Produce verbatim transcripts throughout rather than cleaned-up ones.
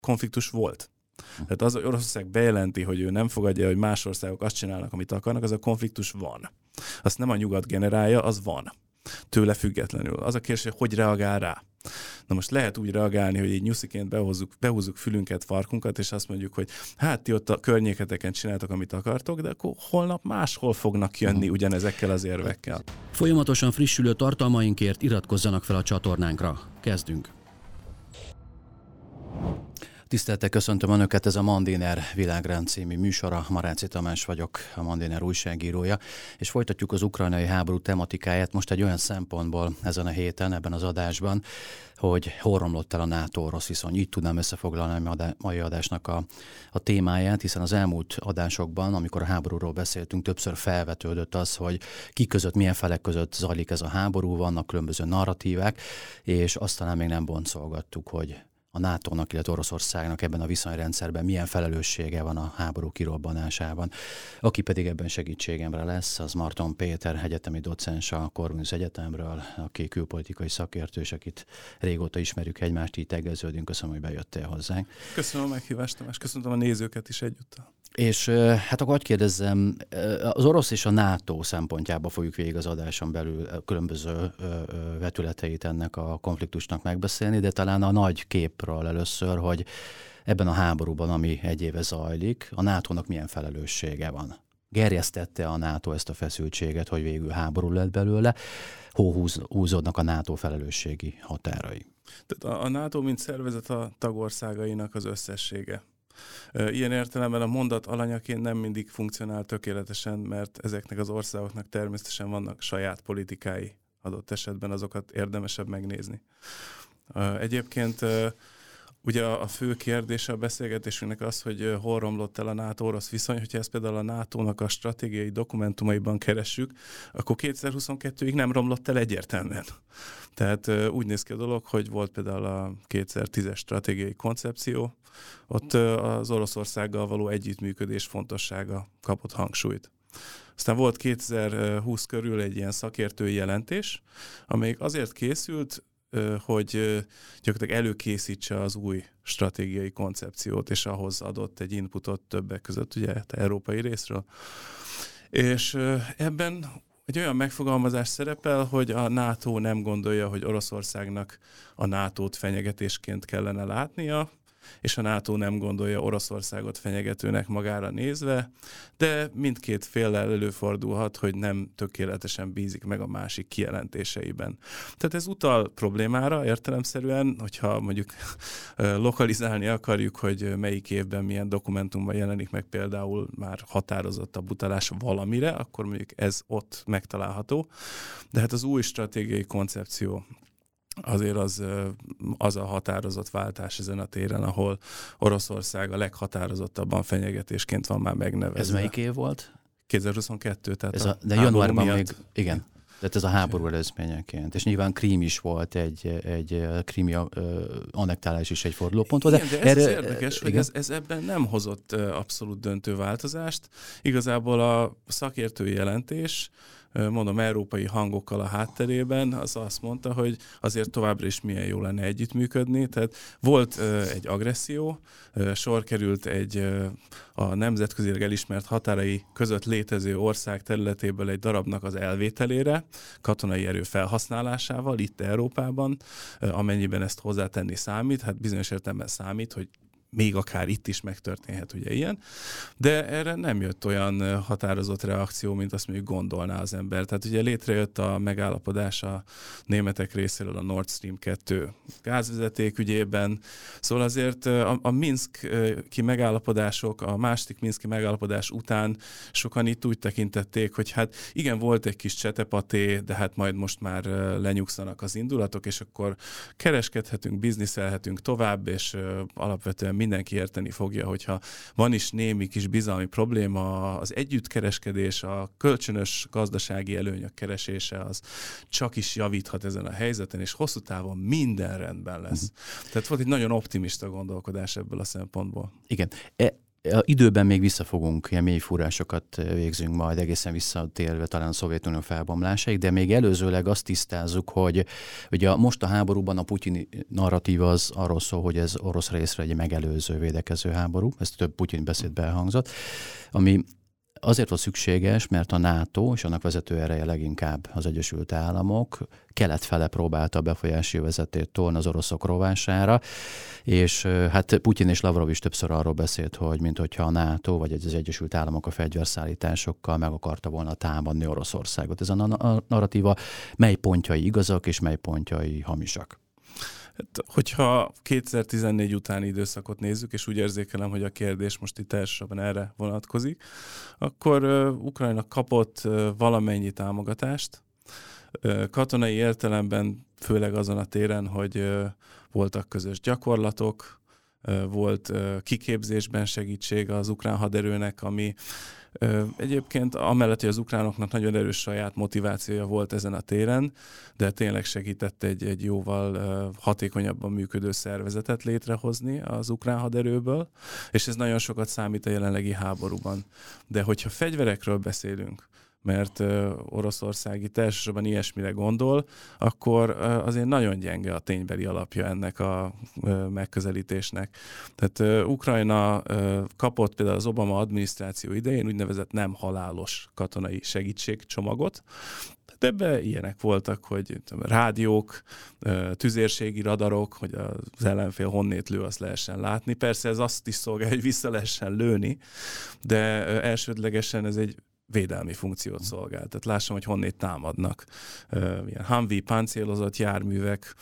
konfliktus volt. Tehát az, hogy Oroszország bejelenti, hogy ő nem fogadja, hogy más országok azt csinálnak, amit akarnak, az a konfliktus van. Azt nem a nyugat generálja, az van. Tőle függetlenül. Az a kérdés, hogy hogy reagál rá. Na most lehet úgy reagálni, hogy így nyusziként behozzuk, behúzzuk fülünket, farkunkat, és azt mondjuk, hogy hát ti ott a környéketeken csináltok, amit akartok, de akkor holnap máshol fognak jönni ugyanezekkel az érvekkel. Folyamatosan frissülő tartalmainkért iratkozzanak fel a csatornánkra. Kezdünk! Tisztelettel köszöntöm Önöket, ez a Mandiner Világrend című műsora. Maráci Tamás vagyok, a Mandiner újságírója, és folytatjuk az ukrajnai háború tematikáját most egy olyan szempontból ezen a héten, ebben az adásban, hogy hol romlott el a NATO-orosz viszony. Így tudnám összefoglalni a mai adásnak a, a témáját, hiszen az elmúlt adásokban, amikor a háborúról beszéltünk, többször felvetődött az, hogy ki között, milyen felek között zajlik ez a háború, vannak különböző narratívák, és azt talán még nem boncolgattuk, hogy a nátónak, illetve Oroszországnak ebben a viszonyrendszerben milyen felelőssége van a háború kirobbanásában. Aki pedig ebben segítségemre lesz, az Marton Péter, egyetemi docens a Corvinus Egyetemről, aki külpolitikai szakértő, és akit régóta ismerjük egymást, így tegeződünk. Köszönöm, hogy bejöttél hozzánk. Köszönöm a meghívást, Tamás. Köszönöm a nézőket is egyúttal. És hát akkor hogy kérdezzem, az orosz és a NATO szempontjába fogjuk végig az adáson belül különböző vetületeit ennek a konfliktusnak megbeszélni, de talán a nagy képről először, hogy ebben a háborúban, ami egy éve zajlik, a nátónak milyen felelőssége van. Gerjesztette a NATO ezt a feszültséget, hogy végül háború lett belőle, hol húzódnak a NATO felelősségi határai? Tehát a, a NATO, mint szervezet, a tagországainak az összessége. Ilyen értelemben a mondat alanyaként nem mindig funkcionál tökéletesen, mert ezeknek az országoknak természetesen vannak saját politikái, adott esetben azokat érdemesebb megnézni. Egyébként ugye a fő kérdése a beszélgetésünknek az, hogy hol romlott el a NATO-orosz viszony, hogyha ezt például a nátónak a stratégiai dokumentumaiban keressük, akkor kétezer-huszonkettőig nem romlott el egyértelműen. Tehát úgy néz ki a dolog, hogy volt például a kétezer-tízes stratégiai koncepció, ott az Oroszországgal való együttműködés fontossága kapott hangsúlyt. Aztán volt kétezer-húsz körül egy ilyen szakértői jelentés, amelyik azért készült, hogy gyakorlatilag előkészítse az új stratégiai koncepciót, és ahhoz adott egy inputot többek között, ugye, európai részről. És ebben egy olyan megfogalmazás szerepel, hogy a NATO nem gondolja, hogy Oroszországnak a nátót fenyegetésként kellene látnia, és a NATO nem gondolja Oroszországot fenyegetőnek magára nézve, de mindkét féllel előfordulhat, hogy nem tökéletesen bízik meg a másik kijelentéseiben. Tehát ez utal problémára értelemszerűen, hogyha mondjuk lokalizálni akarjuk, hogy melyik évben milyen dokumentumban jelenik meg például már határozottabb utalás valamire, akkor mondjuk ez ott megtalálható. De hát az új stratégiai koncepció azért az, az a határozott váltás ezen a téren, ahol Oroszország a leghatározottabban fenyegetésként van már megnevezve. Ez melyik év volt? kétezer-huszonkettő, tehát ez a, a De januárban miatt. még, igen. Tehát ez a háború előzményeként. És nyilván Krím is volt, egy, egy krími annektálás is egy fordulópont. Igen, de ez erre, az érdekes, igen? hogy ez, ez ebben nem hozott abszolút döntő változást. Igazából a szakértői jelentés, mondom, európai hangokkal a hátterében, az azt mondta, hogy azért továbbra is milyen jó lenne együttműködni. Tehát volt egy agresszió, sor került egy a nemzetközileg elismert határai között létező ország területéből egy darabnak az elvételére, katonai erő felhasználásával itt Európában, amennyiben ezt hozzátenni számít, hát bizonyos értelemben számít, hogy még akár itt is megtörténhet ugye ilyen, de erre nem jött olyan határozott reakció, mint azt mondjuk gondolná az ember. Tehát ugye létrejött a megállapodás a németek részéről a Nord Stream kettő gázvezeték ügyében, szóval azért a, a Minszki megállapodások, a második Minszki megállapodás után sokan itt úgy tekintették, hogy hát igen, volt egy kis csetepaté, de hát majd most már lenyugszanak az indulatok, és akkor kereskedhetünk, bizniszelhetünk tovább, és alapvetően mindenki érteni fogja, hogyha van is némi kis bizalmi probléma, az együttkereskedés, a kölcsönös gazdasági előnyök keresése, az csak is javíthat ezen a helyzeten, és hosszú távon minden rendben lesz. Uh-huh. Tehát volt egy nagyon optimista gondolkodás ebből a szempontból. Igen. E- Időben még visszafogunk, ilyen mély fúrásokat végzünk majd egészen visszatérve talán a Szovjetunió felbomlásáig, de még előzőleg azt tisztázzuk, hogy ugye most a háborúban a putyini narratíva az arról szól, hogy ez orosz részre egy megelőző védekező háború, ez több Putyin beszédben elhangzott, ami azért volt szükséges, mert a NATO és annak vezető ereje leginkább az Egyesült Államok kelet fele próbálta a befolyási vezetét tolni az oroszok rovására, és hát Putyin és Lavrov is többször arról beszélt, hogy minthogyha a NATO vagy az Egyesült Államok a fegyverszállításokkal meg akarta volna támadni Oroszországot. Ez a narratíva mely pontjai igazak és mely pontjai hamisak? Hát, hogyha kétezer-tizennégy utáni időszakot nézzük, és úgy érzékelem, hogy a kérdés most itt elsősorban erre vonatkozik, akkor uh, Ukrajna kapott uh, valamennyi támogatást, uh, katonai értelemben főleg azon a téren, hogy uh, voltak közös gyakorlatok, uh, volt uh, kiképzésben segítség az ukrán haderőnek, ami egyébként amellett, hogy az ukránoknak nagyon erős saját motivációja volt ezen a téren, de tényleg segített egy, egy jóval hatékonyabban működő szervezetet létrehozni az ukrán haderőből, és ez nagyon sokat számít a jelenlegi háborúban. De hogyha fegyverekről beszélünk, mert uh, Oroszország itt elsősorban ilyesmire gondol, akkor uh, azért nagyon gyenge a ténybeli alapja ennek a uh, megközelítésnek. Tehát uh, Ukrajna uh, kapott például az Obama adminisztráció idején úgynevezett nem halálos katonai segítségcsomagot, de ebben ilyenek voltak, hogy rádiók, tüzérségi radarok, hogy az ellenfél honnét lő, azt lehessen látni. Persze ez azt is szolgálja, hogy vissza lehessen lőni, de elsődlegesen ez egy védelmi funkciót szolgál. Tehát lássam, hogy honnét támadnak. Ilyen Humvee páncélozott járművek,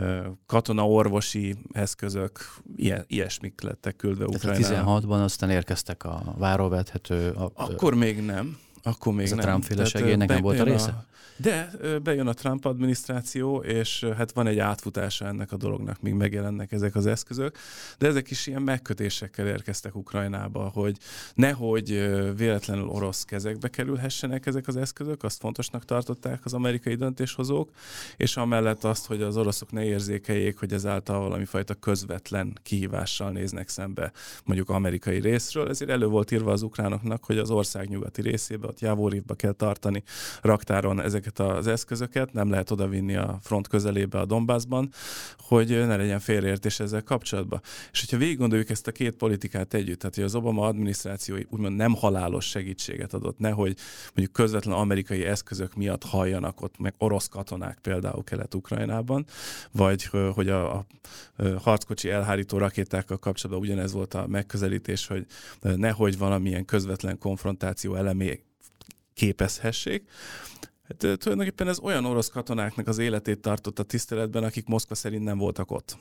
katona-orvosi eszközök, ilyen, ilyesmik lettek küldve Ukrajnára. Tehát tizenhatban aztán érkeztek a váróvethető... A, Akkor még nem. Akkor még ez nem. a Trump-féle segélynek nem volt a része? A, de bejön a Trump adminisztráció, és hát van egy átfutása ennek a dolognak, míg megjelennek ezek az eszközök, de ezek is ilyen megkötésekkel érkeztek Ukrajnába, hogy nehogy véletlenül orosz kezekbe kerülhessenek ezek az eszközök, azt fontosnak tartották az amerikai döntéshozók, és amellett azt, hogy az oroszok ne érzékeljék, hogy ezáltal valami fajta közvetlen kihívással néznek szembe mondjuk amerikai részről, ezért elő volt írva az ukránoknak, hogy az ország nyugati részébe, ott Javorivba kell tartani raktáron ezeket az eszközöket, nem lehet odavinni a front közelébe a Donbassban, hogy ne legyen félreértés ezzel kapcsolatban. És hogyha végig gondoljuk ezt a két politikát együtt, tehát hogy az Obama adminisztráció úgymond nem halálos segítséget adott, nehogy mondjuk közvetlen amerikai eszközök miatt halljanak ott meg orosz katonák például Kelet-Ukrajnában, vagy hogy a, a harckocsi elhárító rakétákkal kapcsolatban ugyanez volt a megközelítés, hogy nehogy valamilyen közvetlen konfrontáció elemé képezhessék. Hát, tulajdonképpen ez olyan orosz katonáknak az életét tartotta tiszteletben, akik Moszkva szerint nem voltak ott.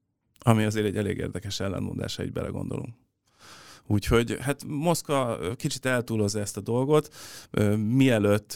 Ami azért egy elég érdekes ellenmondás, ha így belegondolunk. Úgyhogy hát Moszkva kicsit eltúlozza ezt a dolgot, mielőtt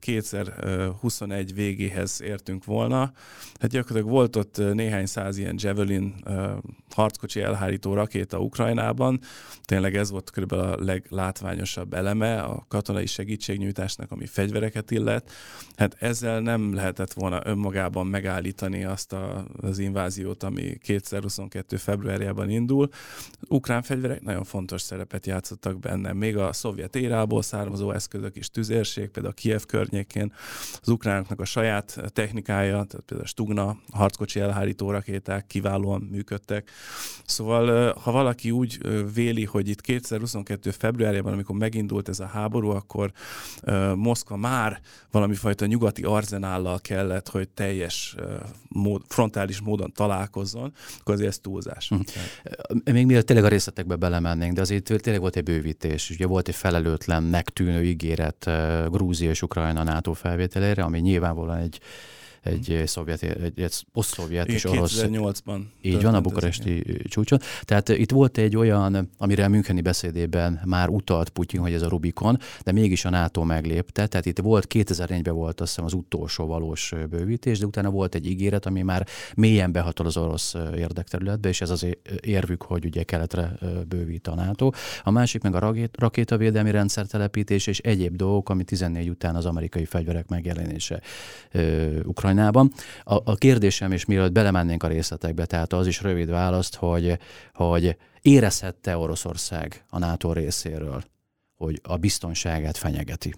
kétezer-huszonegy végéhez értünk volna. Hát gyakorlatilag volt ott néhány száz ilyen Javelin harckocsi elhárító rakéta Ukrajnában. Tényleg ez volt körülbelül a leglátványosabb eleme a katonai segítségnyújtásnak, ami fegyvereket illet. Hát ezzel nem lehetett volna önmagában megállítani azt a, az inváziót, ami kétezer-huszonkettő februárjában indul. Ukrán fegyverek nagyon fontos szerepet játszottak benne. Még a szovjet érából származó eszközök is, tüzérség, például Kijev környékén, az ukránoknak a saját technikája, tehát például a Stugna harckocsi elhárító rakéták kiválóan működtek. Szóval, ha valaki úgy véli, hogy itt kétezer-huszonkettő februárjában, amikor megindult ez a háború, akkor Moszkva már valami fajta nyugati arzenállal kellett, hogy teljes mód, frontális módon találkozzon, akkor azért ez túlzás. Hm. Még mielőtt tényleg a részletekbe belemennénk, de azért tényleg volt egy bővítés. Ugye volt egy felelőtlennek tűnő ígéret Grúzia és Ukrajna NATO felvételére, ami nyilvánvalóan egy egy szovjet, egy, egy osztszovjet és orosz. kétezer-nyolcban. Így van, a bukaresti csúcson. Tehát itt volt egy olyan, amire a müncheni beszédében már utalt Putyin, hogy ez a Rubikon, de mégis a NATO meglépte. Tehát itt volt, kétezer-négyben volt azt hiszem az utolsó valós bővítés, de utána volt egy ígéret, ami már mélyen behatol az orosz érdekterületbe, és ez az érvük, hogy ugye keletre bővít a NATO. A másik meg a rakétavédelmi rendszertelepítés és egyéb dolgok, ami tizennégy után az amerikai fegyverek megjelenése Ukrajna Ukrajnában. A, a kérdésem is, mielőtt belemennénk a részletekbe, tehát az is rövid választ, hogy, hogy érezhette Oroszország a NATO részéről, hogy a biztonságát fenyegeti?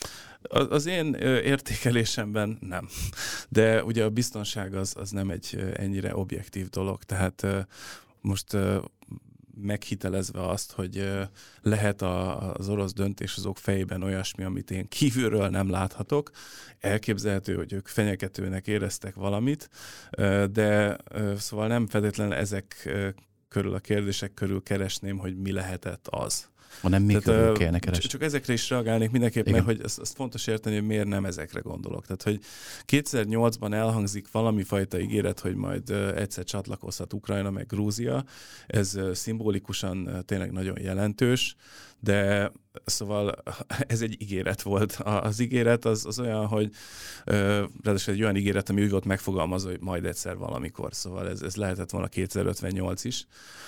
Az én értékelésemben nem. De ugye a biztonság az, az nem egy ennyire objektív dolog. Tehát most meghitelezve azt, hogy lehet az orosz döntéshozók fejében olyasmi, amit én kívülről nem láthatok. Elképzelhető, hogy ők fenyegetőnek éreztek valamit, de szóval nem feltétlenül ezek körül, a kérdések körül keresném, hogy mi lehetett az. hanem mi körül kellene keresni. Csak ezekre is reagálnék mindenképpen, mert hogy azt, azt fontos érteni, hogy miért nem ezekre gondolok. Tehát, hogy kétezer-nyolcban elhangzik valami fajta ígéret, hogy majd egyszer csatlakozhat Ukrajna meg Grúzia. Ez szimbolikusan tényleg nagyon jelentős, de szóval ez egy ígéret volt. Az ígéret az, az olyan, hogy ráadásul egy olyan ígéret, ami úgy volt megfogalmazva, hogy majd egyszer valamikor. Szóval ez, ez lehetett volna kétezer-ötvennyolc is.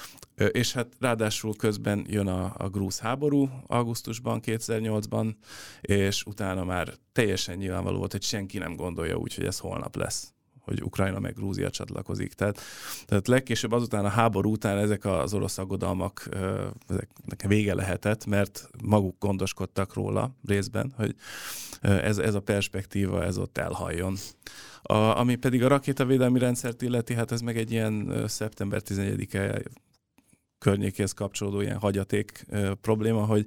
És hát ráadásul közben jön a, a grúz háború augusztusban, kétezer-nyolcban, és utána már teljesen nyilvánvaló volt, hogy senki nem gondolja úgy, hogy ez holnap lesz, hogy Ukrajna meg Grúzia csatlakozik. Tehát, tehát legkésőbb azután a háború után ezek az orosz aggodalmak ezeknek vége lehetett, mert maguk gondoskodtak róla részben, hogy ez, ez a perspektíva, ez ott elhalljon. A, ami pedig a rakétavédelmi rendszert illeti, hát ez meg egy ilyen szeptember tizenegyedike környékéhez kapcsolódó ilyen hagyaték ö, probléma, hogy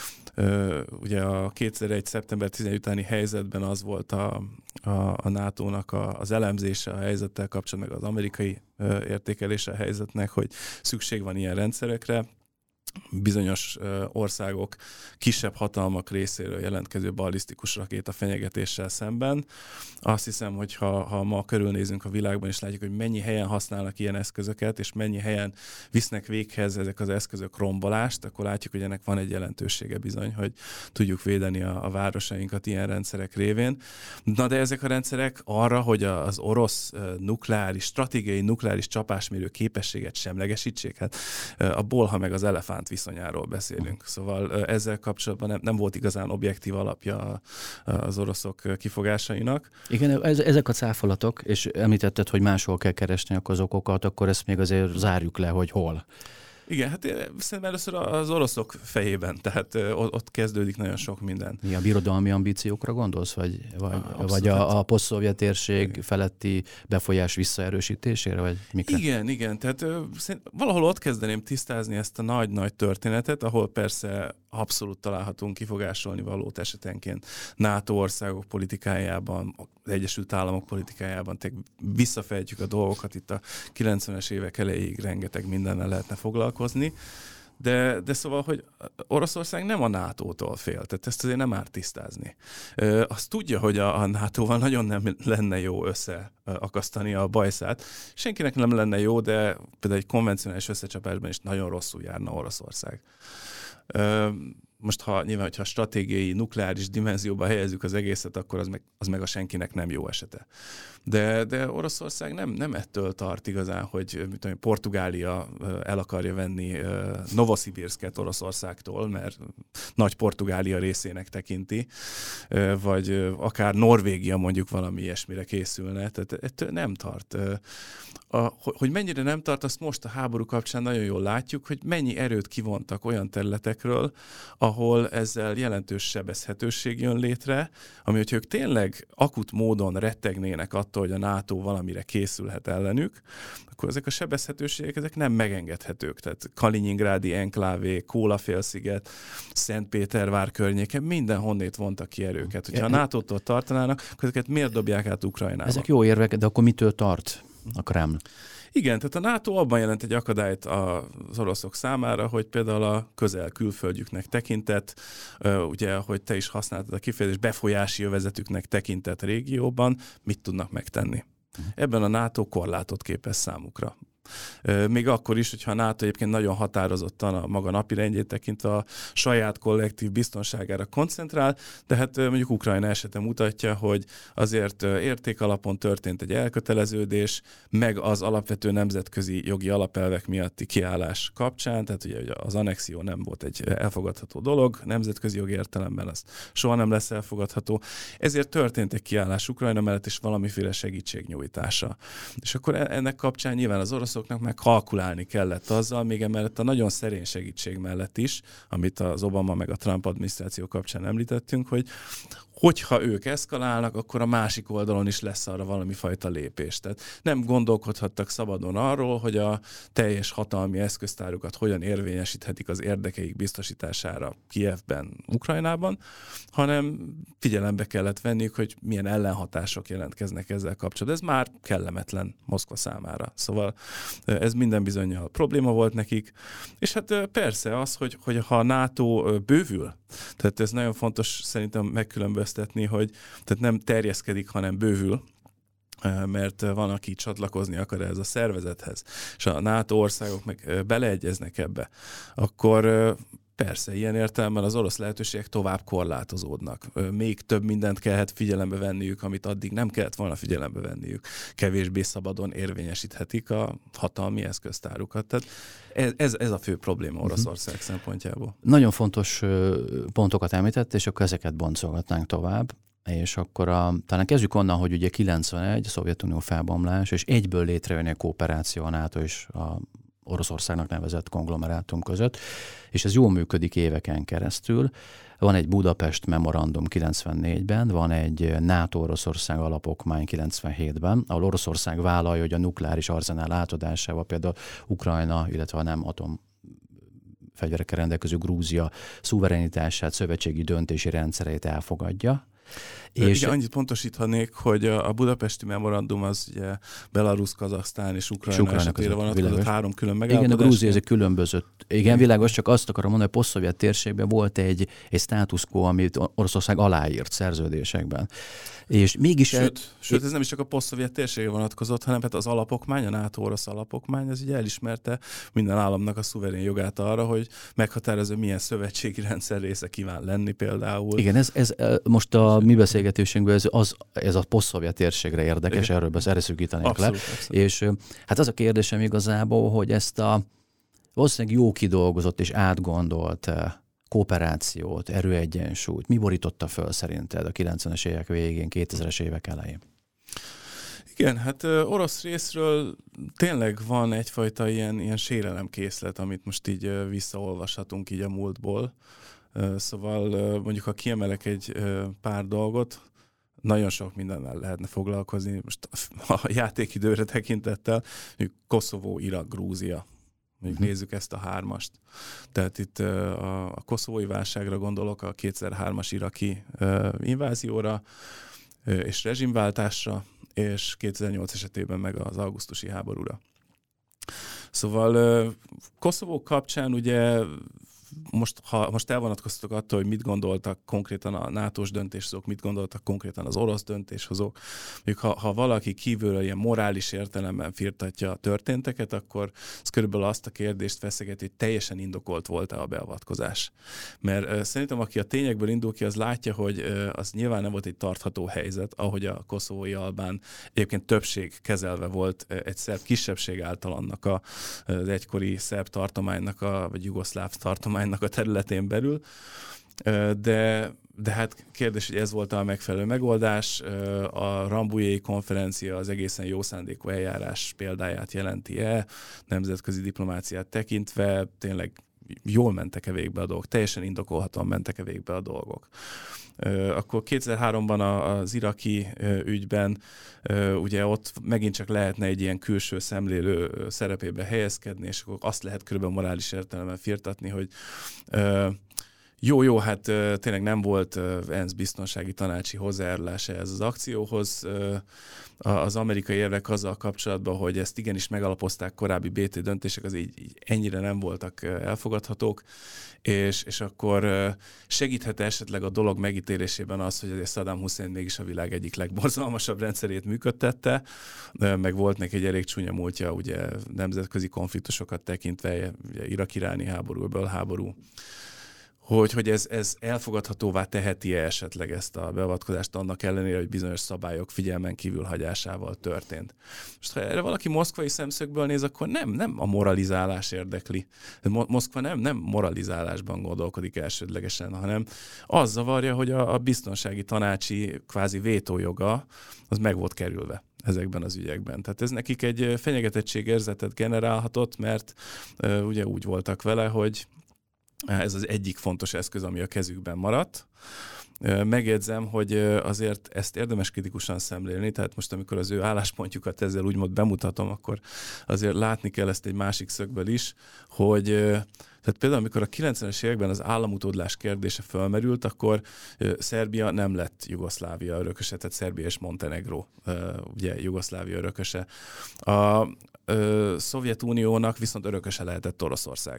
ö, ugye a kétezer-egy. szeptember tizenegyedike utáni helyzetben az volt a, a, a nátónak a, az elemzése a helyzettel kapcsolatban, meg az amerikai ö, értékelése a helyzetnek, hogy szükség van ilyen rendszerekre. Bizonyos ö, országok kisebb hatalmak részéről jelentkező ballisztikus rakéta fenyegetéssel szemben. Azt hiszem, hogy ha, ha ma körülnézünk a világban, és látjuk, hogy mennyi helyen használnak ilyen eszközöket, és mennyi helyen visznek véghez ezek az eszközök rombolást, akkor látjuk, hogy ennek van egy jelentősége bizony, hogy tudjuk védeni a, a városainkat ilyen rendszerek révén. Na de ezek a rendszerek arra, hogy az orosz nukleáris, stratégiai nukleáris csapásmérő képességet semlegesítsék, hát a bolha meg az elefánt viszonyáról beszélünk. Szóval ezzel kapcsolatban nem, nem volt igazán objektív alapja az oroszok kifogásainak. Igen, ez, ezek a cáfolatok, és említetted, hogy máshol kell keresni akkor az okokat, akkor ezt még azért zárjuk le, hogy hol. Igen, hát szerintem először az oroszok fejében, tehát ott kezdődik nagyon sok minden. Mi a birodalmi ambíciókra gondolsz, vagy, vagy, Abszolút, vagy a, a posztszovjet térség igen. feletti befolyás visszaerősítésére, vagy mikre? Igen, igen, tehát valahol ott kezdeném tisztázni ezt a nagy-nagy történetet, ahol persze abszolút találhatunk kifogásolni valót esetenként NATO országok politikájában, az Egyesült Államok politikájában, tehát visszafejtjük a dolgokat, itt a kilencvenes évek elejéig rengeteg mindennel lehetne foglalkozni, de, de szóval, hogy Oroszország nem a nátótól fél, tehát ezt azért nem árt tisztázni. Ö, azt tudja, hogy a, a nátóval nagyon nem lenne jó összeakasztani a bajszát. Senkinek nem lenne jó, de például egy konvencionális összecsapásban is nagyon rosszul járna Oroszország. Ö, most ha nyilván, hogyha stratégiai, nukleáris dimenzióba helyezzük az egészet, akkor az meg, az meg a senkinek nem jó esete. De, de Oroszország nem, nem ettől tart igazán, hogy mit tudom, Portugália el akarja venni Novoszibirsket Oroszországtól, mert nagy Portugália részének tekinti, vagy akár Norvégia mondjuk valami ilyesmire készülne. Tehát ettől nem tart. A, hogy mennyire nem tart, azt most a háború kapcsán nagyon jól látjuk, hogy mennyi erőt kivontak olyan területekről, ahol ezzel jelentős sebezhetőség jön létre, ami, hogyha ők tényleg akut módon rettegnének attól, hogy a NATO valamire készülhet ellenük, akkor ezek a sebezhetőségek ezek nem megengedhetők. Tehát Kaliningrádi enklávé, Kóla-félsziget, Szentpétervár környéke, mindenhonnét vontak ki erőket. Hogyha a nátótól tartanának, akkor ezeket miért dobják át Ukrajnába? Ezek jó érvek, de akkor mitől tart a Kreml? Igen, tehát a NATO abban jelent egy akadályt az oroszok számára, hogy például a közel külföldjüknek tekintett, ugye, ahogy te is használtad a kifejezést, befolyási övezetüknek tekintett régióban mit tudnak megtenni. Ebben a NATO korlátot képez számukra. Még akkor is, hogyha a NATO egyébként nagyon határozottan a maga napirendjét tekintve a saját kollektív biztonságára koncentrál, de hát mondjuk Ukrajna esete mutatja, hogy azért értékalapon történt egy elköteleződés, meg az alapvető nemzetközi jogi alapelvek miatti kiállás kapcsán, tehát ugye az annexió nem volt egy elfogadható dolog, nemzetközi jogi értelemben az soha nem lesz elfogadható, ezért történt egy kiállás Ukrajna mellett és valamiféle segítségnyújtása. És akkor ennek kapcsán nyilván az oroszoknak meg kalkulálni kellett azzal, még emellett a nagyon szerény segítség mellett is, amit az Obama meg a Trump adminisztráció kapcsán említettünk, hogy hogyha ők eszkalálnak, akkor a másik oldalon is lesz arra valami fajta lépés. Tehát nem gondolkodhattak szabadon arról, hogy a teljes hatalmi eszköztárukat hogyan érvényesíthetik az érdekeik biztosítására Kijevben, Ukrajnában, hanem figyelembe kellett venniük, hogy milyen ellenhatások jelentkeznek ezzel kapcsolatban. Ez már kellemetlen Moszkva számára. Szóval ez minden bizonnyal probléma volt nekik. És hát persze az, hogy, hogy ha a NATO bővül, tehát ez nagyon fontos szerintem megkülönböztetni, hogy tehát nem terjeszkedik, hanem bővül, mert van, aki csatlakozni akar ez a szervezethez, és a NATO országok meg beleegyeznek ebbe, akkor persze, ilyen értelemben az orosz lehetőségek tovább korlátozódnak. Még több mindent kellett figyelembe venniük, amit addig nem kellett volna figyelembe venniük. Kevésbé szabadon érvényesíthetik a hatalmi eszköztárukat. Tehát ez, ez, ez a fő probléma Oroszország uh-huh. szempontjából. Nagyon fontos pontokat említett, és akkor ezeket boncolgatnánk tovább. És akkor a, talán kezdjük onnan, hogy ugye kilencvenegy, a Szovjetunió felbomlás, és egyből létrejön egy kooperáció a NATO és a Oroszországnak nevezett konglomerátum között, és ez jól működik éveken keresztül. Van egy Budapest Memorandum kilencvennégyben, van egy NATO-Oroszország alapokmány kilencvenhétben, ahol Oroszország vállalja, hogy a nukleáris arzenál átadásával például Ukrajna, illetve a nem atom fegyverekkel rendelkező Grúzia szuverenitását, szövetségi döntési rendszereit elfogadja. És igen, annyit pontosíthanék, hogy a budapesti memorandum az ugye Belarus, Kazaksztán és Ukrajna, és Ukrajna esetére vonatkozott három külön megállapodás. Igen, a Grúzia ez egy különbözött. Igen, világos, csak azt akarom mondani, hogy a posztszovjet térségben volt egy, egy status quo, amit Oroszország aláírt szerződésekben. És mégis sőt, el... sőt, ez nem is csak a posztszovjet térségre vonatkozott, hanem hát az alapokmány, a NATO-orosz alapokmány, az ugye elismerte minden államnak a szuverén jogát arra, hogy meghatározza, milyen szövetségi rendszer része kíván lenni például. Igen, ez, ez most a mi beszélgetésünkben ez, az, ez a posztszovjet térségre érdekes, igen. erről erre szűkítenénk abszolút, le. Abszolút. És hát az a kérdésem igazából, hogy ezt a valószínűleg jó kidolgozott és átgondolt kooperációt, erőegyensúlyt, mi borította föl szerinted a kilencvenes évek végén, kétezres évek elején? Igen, hát orosz részről tényleg van egyfajta ilyen, ilyen sérelemkészlet, amit most így visszaolvashatunk így a múltból. Szóval mondjuk, ha kiemelek egy pár dolgot, nagyon sok mindennel lehetne foglalkozni. Most a játékidőre tekintettel, mondjuk Koszovó, Irak, Grúzia. Mondjuk hmm. nézzük ezt a hármast. Tehát itt a, a koszovói válságra gondolok, a kétezer-hármas iraki invázióra és rezsimváltásra, és kétezer-nyolc esetében meg az augusztusi háborúra. Szóval Koszovó kapcsán ugye most, ha most elvonatkoztatok attól, hogy mit gondoltak konkrétan a nátós döntéshozók, mit gondoltak konkrétan az orosz döntéshozók, mondjuk ha, ha valaki kívülről ilyen morális értelemben firtatja a történteket, akkor ez körülbelül azt a kérdést feszegeti, hogy teljesen indokolt volt-e a beavatkozás. Mert uh, szerintem aki a tényekből indul ki, az látja, hogy uh, az nyilván nem volt egy tartható helyzet, ahogy a koszovói albán egyébként többség kezelve volt uh, egy szerb kisebbség által annak a, az egykori szerb tartománynak, a, vagy jugoszláv tartománynak a területén belül, de, de hát kérdés, hogy ez volt a megfelelő megoldás. A Rambujéi konferencia az egészen jó szándékú eljárás példáját jelenti-e, nemzetközi diplomáciát tekintve tényleg jól mentek-e végbe a dolgok, teljesen indokolhatóan mentek-e végbe a dolgok. Akkor kétezer-háromban az iraki ügyben ugye ott megint csak lehetne egy ilyen külső szemlélő szerepébe helyezkedni, és akkor azt lehet körülbelül morális értelemben firtatni, hogy Jó, jó, hát tényleg nem volt ENSZ biztonsági tanácsi hozzájárulása ez az akcióhoz. Az amerikai érvek azzal kapcsolatban, hogy ezt igenis megalapozták korábbi bé té döntések, az így, így ennyire nem voltak elfogadhatók, és, és akkor segíthet esetleg a dolog megítélésében az, hogy azért Saddam Hussein mégis a világ egyik legborzalmasabb rendszerét működtette, meg volt neki egy elég csúnya múltja, ugye nemzetközi konfliktusokat tekintve, ugye irak-iráni háború, öbölháború, hogy, hogy ez, ez elfogadhatóvá teheti-e esetleg ezt a beavatkozást annak ellenére, hogy bizonyos szabályok figyelmen kívül hagyásával történt. Most ha erre valaki moszkvai szemszögből néz, akkor nem, nem a moralizálás érdekli. Moszkva nem, nem moralizálásban gondolkodik elsődlegesen, hanem az zavarja, hogy a, a biztonsági tanácsi kvázi vétójoga az meg volt kerülve ezekben az ügyekben. Tehát ez nekik egy fenyegetettségérzetet generálhatott, mert uh, ugye úgy voltak vele, hogy ez az egyik fontos eszköz, ami a kezükben maradt. Megjegyzem, hogy azért ezt érdemes kritikusan szemlélni, tehát most amikor az ő álláspontjukat ezzel úgymond bemutatom, akkor azért látni kell ezt egy másik szögből is, hogy tehát például amikor a kilencvenes években az államutódlás kérdése fölmerült, akkor Szerbia nem lett Jugoszlávia örököse, tehát Szerbia és Montenegró ugye Jugoszlávia örököse. A Szovjetuniónak viszont örököse lehetett Oroszország.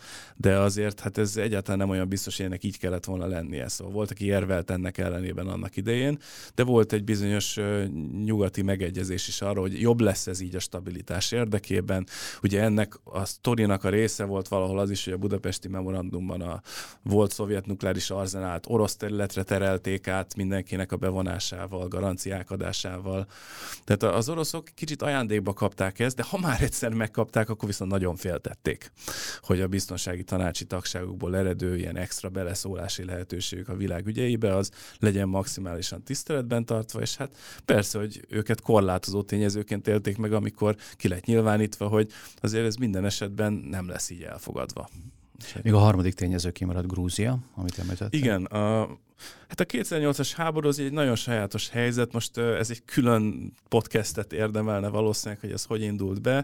De azért hát ez egyáltalán nem olyan biztos, hogy ennek így kellett volna lennie. Szóval volt, aki érvelt ennek ellenében annak idején, de volt egy bizonyos uh, nyugati megegyezés is arra, hogy jobb lesz ez így a stabilitás érdekében. Ugye ennek a sztorinak a része volt valahol az is, hogy a budapesti memorandumban a volt szovjet nukleáris arzenált orosz területre terelték át mindenkinek a bevonásával, garanciák adásával. Tehát az oroszok kicsit ajándékba kapták ezt, de ha már egyszer megkapták, akkor viszont nagyon féltették, hogy a biztonsági tanácsi tagságukból eredő ilyen extra beleszólási lehetőségük a világ ügyeibe, az legyen maximálisan tiszteletben tartva, és hát persze, hogy őket korlátozó tényezőként élték meg, amikor ki lett nyilvánítva, hogy azért ez minden esetben nem lesz így elfogadva. Még a harmadik tényező kimaradt Grúzia, amit említettem. Igen, a, hát a kétezer-nyolcas háború az egy nagyon sajátos helyzet, most ez egy külön podcastet érdemelne valószínűleg, hogy ez hogy indult be,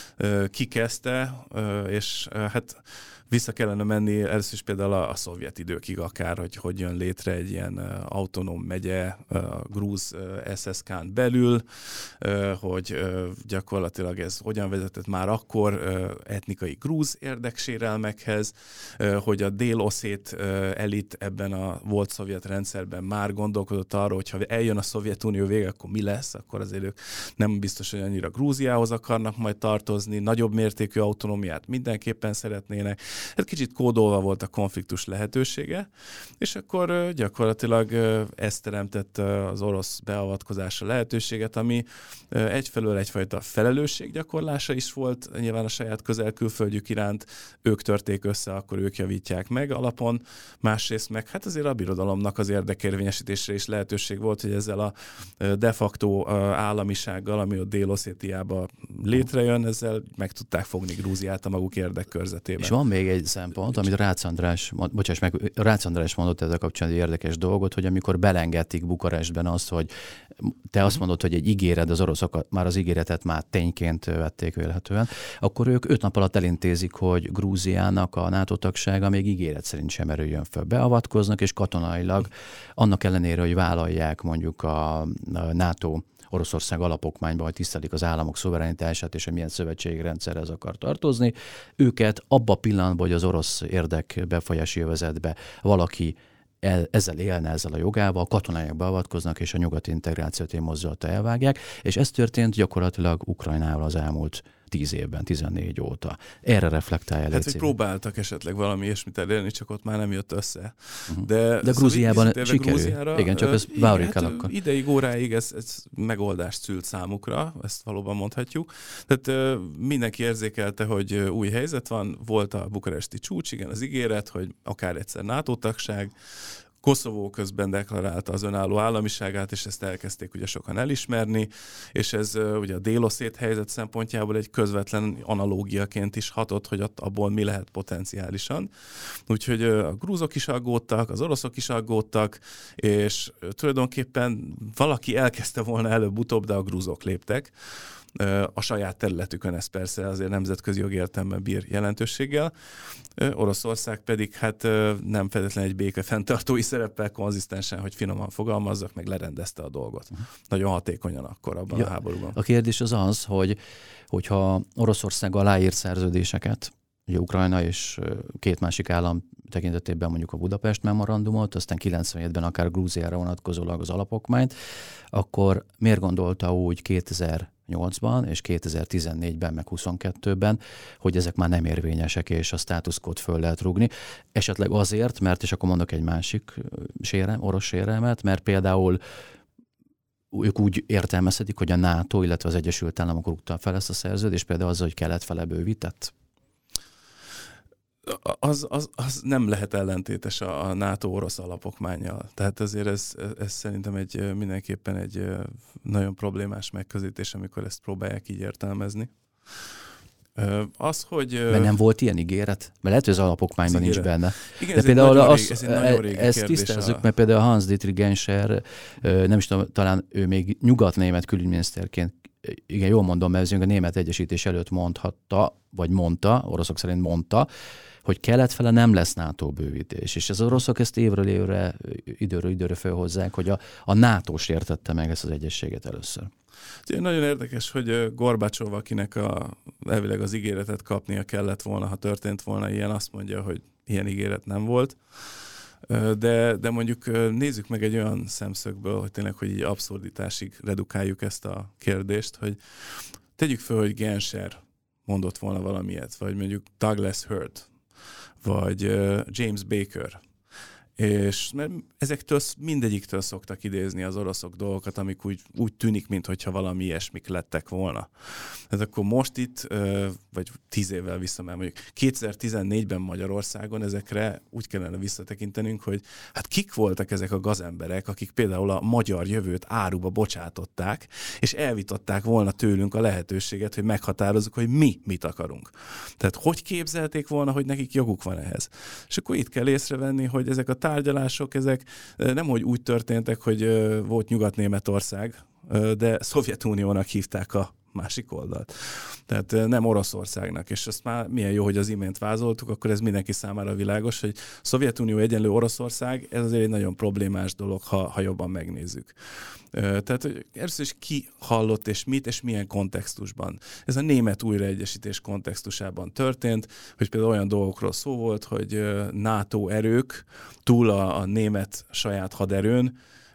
ki kezdte, és hát vissza kellene menni először is például a, a szovjet időkig akár, hogy hogy jön létre egy ilyen uh, autonóm megye a grúz uh, es es ká-n belül, uh, hogy uh, gyakorlatilag ez hogyan vezetett már akkor uh, etnikai grúz érdeksérelmekhez, uh, hogy a dél-oszét uh, elit ebben a volt szovjet rendszerben már gondolkodott arról, hogy ha eljön a Szovjetunió vége, akkor mi lesz, akkor azért ők nem biztos, hogy annyira Grúziához akarnak majd tartozni, nagyobb mértékű autonómiát mindenképpen szeretnének. Hát kicsit kódolva volt a konfliktus lehetősége, és akkor gyakorlatilag ez teremtett az orosz beavatkozásra lehetőséget, ami egyfelől egyfajta felelősséggyakorlása is volt, nyilván a saját közel-külföldjük iránt ők törték össze, akkor ők javítják meg alapon, másrészt meg hát azért a birodalomnak az érdekérvényesítésre is lehetőség volt, hogy ezzel a de facto államisággal, ami a Dél-Oszétiában létrejön, ezzel meg tudták fogni Grúziát a maguk érdekkörzetében. És van még egy szempont, amit Rácz András, bocsáss meg, Rácz András mondott ezzel kapcsolatban egy érdekes dolgot, hogy amikor belengedték Bukarestben azt, hogy te azt mondod, hogy egy ígéret, az oroszok már az ígéretet már tényként vették vélhetően, akkor ők öt nap alatt elintézik, hogy Grúziának a NATO tagsága még ígéret szerint sem erőjön föl. Beavatkoznak, és katonailag annak ellenére, hogy vállalják mondjuk a NATO Oroszország alapokmányban, hogy tisztelik az államok szuverenitását, és hogy milyen szövetségi rendszerhez akar tartozni. Őket abba a pillanatban, hogy az orosz érdek befolyási övezetbe valaki el, ezzel élne, ezzel a jogával, a katonaiak beavatkoznak, és a nyugati integrációt mozdulata elvágják, és ez történt gyakorlatilag Ukrajnával az elmúlt tíz évben, tizennégy óta. Erre reflektálja. Hát, hogy próbáltak esetleg valami ilyesmit elérni, csak ott már nem jött össze. Uh-huh. De, De Grúziában sikerül. Igen, csak ez várjuk el akkor. Ideig, óráig ez, ez megoldást szült számukra, ezt valóban mondhatjuk. Tehát mindenki érzékelte, hogy új helyzet van, volt a bukaresti csúcs, igen, az ígéret, hogy akár egyszer NATO tagság, Koszovó közben deklarálta az önálló államiságát, és ezt elkezdték ugye sokan elismerni, és ez ugye a dél-oszét helyzet szempontjából egy közvetlen analógiaként is hatott, hogy ott abból mi lehet potenciálisan. Úgyhogy a grúzok is aggódtak, az oroszok is aggódtak, és tulajdonképpen valaki elkezdte volna előbb-utóbb, de a grúzok léptek. a saját területükön, ez persze azért nemzetközi jogi értelemben bír jelentőséggel. Oroszország pedig hát nem feltétlenül egy békefenntartói szereppel konzisztensen, hogy finoman fogalmazzak, meg lerendezte a dolgot. Uh-huh. Nagyon hatékonyan akkor abban ja, a háborúban. A kérdés az az, hogy hogyha Oroszország aláírt szerződéseket, ugye Ukrajna és két másik állam tekintetében mondjuk a Budapest memorandumot, aztán kilencvenhétben akár Grúziára vonatkozólag az alapokmányt, akkor miért gondolta úgy kétezer-nyolcban és kétezer-tizennégyben, meg huszonkettőben, hogy ezek már nem érvényesek, és a státuszkót föl lehet rúgni. Esetleg azért, mert, és akkor mondok egy másik sérelem, orosz sérelmet, mert például ők úgy értelmezhetik, hogy a NATO, illetve az Egyesült Államok rúgta fel ezt a szerződést, például az, hogy kelet fele bővített. Az, az, az nem lehet ellentétes a, a NATO orosz alapokmánnyal. Tehát azért ez, ez szerintem egy mindenképpen egy nagyon problémás megközelítés, amikor ezt próbálják így értelmezni. Az, hogy... Mert nem volt ilyen ígéret? Mert lehet, hogy az alapokmányban nincs benne. Igen, de ez például az, az, ez ezt tisztázzuk, a... mert például Hans-Dietrich Genscher, nem is tudom, talán ő még nyugat-német külügyminiszterként, igen, jól mondom, mert a német egyesítés előtt mondhatta, vagy mondta, oroszok szerint mondta, hogy kelet fele nem lesz NATO bővítés. És az oroszok ezt évről évre, időről időre felhozzák, hogy a, a NATO-s értette meg ezt az egyességet először. Nagyon érdekes, hogy Gorbacsov, akinek a, elvileg az ígéretet kapnia kellett volna, ha történt volna ilyen, azt mondja, hogy ilyen ígéret nem volt. De, de mondjuk nézzük meg egy olyan szemszögből, hogy tényleg, hogy így abszurditásig redukáljuk ezt a kérdést, hogy tegyük fel, hogy Genscher mondott volna valamilyet, vagy mondjuk Douglas Hurd, vagy James Baker. És mert ezektől mindegyiktől szoktak idézni az oroszok dolgokat, amik úgy, úgy tűnik, mintha valami ilyesmik lettek volna. Tehát akkor most itt, vagy tíz évvel vissza, mert mondjuk kétezer-tizennégyben Magyarországon ezekre úgy kellene visszatekintenünk, hogy hát kik voltak ezek a gazemberek, akik például a magyar jövőt áruba bocsátották, és elvitatták volna tőlünk a lehetőséget, hogy meghatározzuk, hogy mi mit akarunk. Tehát hogy képzelték volna, hogy nekik joguk van ehhez. És akkor itt kell észrevenni, hogy ezek a tárgyalások, ezek nem hogy úgy történtek, hogy volt Nyugat-Németország, de Szovjetuniónak hívták a másik oldalt. Tehát nem Oroszországnak, és azt már milyen jó, hogy az imént vázoltuk, akkor ez mindenki számára világos, hogy Szovjetunió egyenlő Oroszország, ez azért egy nagyon problémás dolog, ha, ha jobban megnézzük. Tehát hogy először is ki hallott és mit, és milyen kontextusban. Ez a német újraegyesítés kontextusában történt, hogy például olyan dolgokról szó volt, hogy NATO erők túl a, a német saját haderőn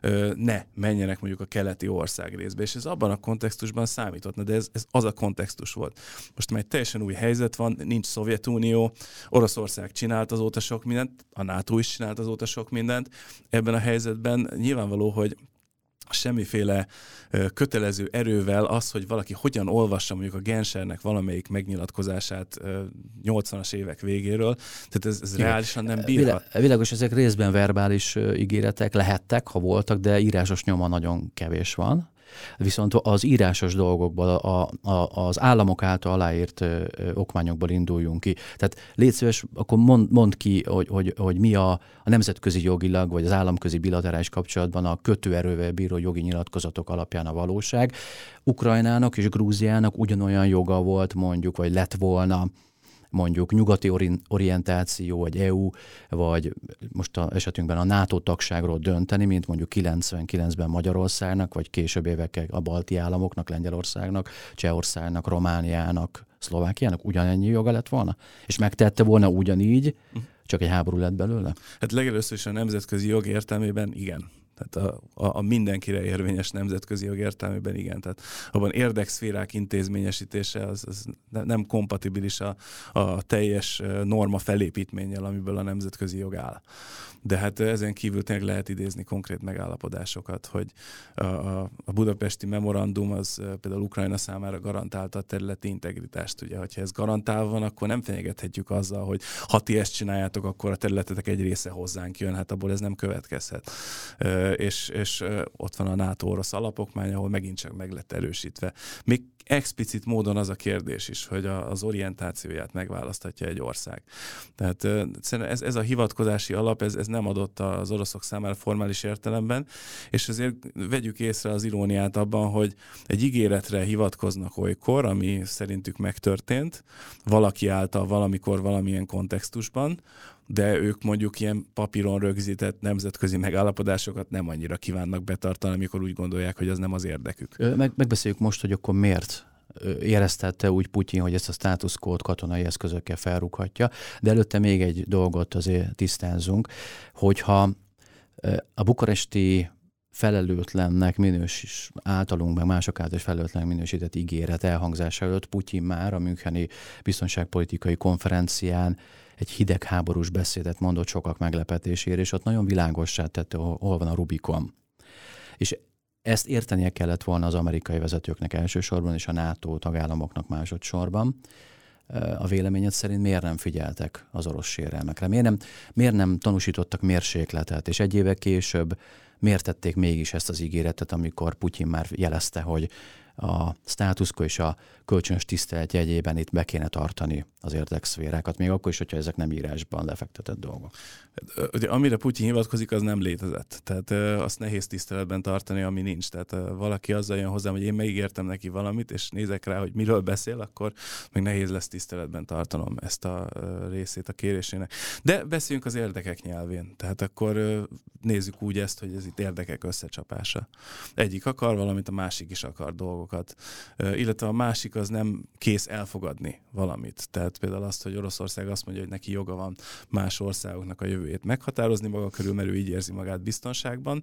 ne menjenek mondjuk a keleti ország részbe, és ez abban a kontextusban számított, de ez, ez az a kontextus volt. Most már egy teljesen új helyzet van, nincs Szovjetunió, Oroszország csinált azóta sok mindent, a NATO is csinált azóta sok mindent. Ebben a helyzetben nyilvánvaló, hogy semmiféle ö, kötelező erővel az, hogy valaki hogyan olvassa mondjuk a Genschernek valamelyik megnyilatkozását ö, nyolcvanas évek végéről, tehát ez, ez reálisan nem bírhat. Világos, ezek részben verbális ígéretek lehettek, ha voltak, de írásos nyoma nagyon kevés van. Viszont az írásos dolgokból, a, a, az államok által aláírt ö, okmányokból induljunk ki. Tehát légy szíves, akkor mond, mond ki, hogy, hogy, hogy mi a, a nemzetközi jogilag, vagy az államközi bilaterális kapcsolatban a kötőerővel bíró jogi nyilatkozatok alapján a valóság. Ukrajnának és Grúziának ugyanolyan joga volt mondjuk, vagy lett volna mondjuk nyugati orientáció, vagy é u, vagy most a esetünkben a NATO tagságról dönteni, mint mondjuk kilencvenkilencben Magyarországnak, vagy később évekkel a balti államoknak, Lengyelországnak, Csehországnak, Romániának, Szlovákiának ugyanennyi joga lett volna? És megtette volna ugyanígy, csak egy háború lett belőle? Hát legelőször is a nemzetközi jog értelmében igen. Tehát a, a, a mindenkire érvényes nemzetközi jog értelmében igen. Tehát abban érdekszférák intézményesítése az, az nem kompatibilis a, a teljes norma felépítménnyel, amiből a nemzetközi jog áll. De hát ezen kívül tényleg lehet idézni konkrét megállapodásokat, hogy a, a, a budapesti memorandum az például Ukrajna számára garantálta a területi integritást. Ugye, hogyha ez garantálva van, akkor nem fenyegethetjük azzal, hogy ha ti ezt csináljátok, akkor a területetek egy része hozzánk jön, hát abból ez nem következhet. És, és ott van a NATO orosz alapokmány, ahol megint csak meg lett erősítve. Még explicit módon az a kérdés is, hogy a, az orientációját megválasztatja egy ország. Tehát ez, ez a hivatkozási alap, ez, ez nem adott az oroszok számára formális értelemben, és ezért vegyük észre az iróniát abban, hogy egy ígéretre hivatkoznak olykor, ami szerintük megtörtént, valaki által valamikor valamilyen kontextusban, de ők mondjuk ilyen papíron rögzített nemzetközi megállapodásokat nem annyira kívánnak betartani, amikor úgy gondolják, hogy az nem az érdekük. Meg, megbeszéljük most, hogy akkor miért éreztette úgy Putyin, hogy ezt a status quo-t katonai eszközökkel felrúghatja, de előtte még egy dolgot azért tisztázzunk, hogyha a bukaresti felelőtlennek minős, általunk, meg mások által felelőtlennek minősített ígéret elhangzása előtt Putyin már a müncheni biztonságpolitikai konferencián egy hidegháborús beszédet mondott sokak meglepetésére, és ott nagyon világossá tette, hol van a Rubikon. És ezt értenie kellett volna az amerikai vezetőknek elsősorban, és a NATO tagállamoknak másodszorban. A véleményed szerint miért nem figyeltek az orosz sérelmekre? Miért nem, miért nem tanúsítottak mérsékletet? És egy éve később miért tették mégis ezt az ígéretet, amikor Putyin már jelezte, hogy a status quo és a kölcsönös tisztelet jegyében itt be kéne tartani az érdekszférákat, még akkor is, hogyha ezek nem írásban lefektetett dolgok. Ugye, amire Putyin hivatkozik, az nem létezett. Tehát azt nehéz tiszteletben tartani, ami nincs. Tehát valaki azzal jön hozzám, hogy én megígértem neki valamit, és nézek rá, hogy miről beszél, akkor még nehéz lesz tiszteletben tartanom ezt a részét a kérésének. De beszéljünk az érdekek nyelvén. Tehát akkor nézzük úgy ezt, hogy ez itt érdekek összecsapása. Egyik akar valamit, a másik is akar dolgokat. Illetve a másik az nem kész elfogadni valamit. Tehát például azt, hogy Oroszország azt mondja, hogy neki joga van más országoknak a jövőjét meghatározni maga körül, mert ő így érzi magát biztonságban.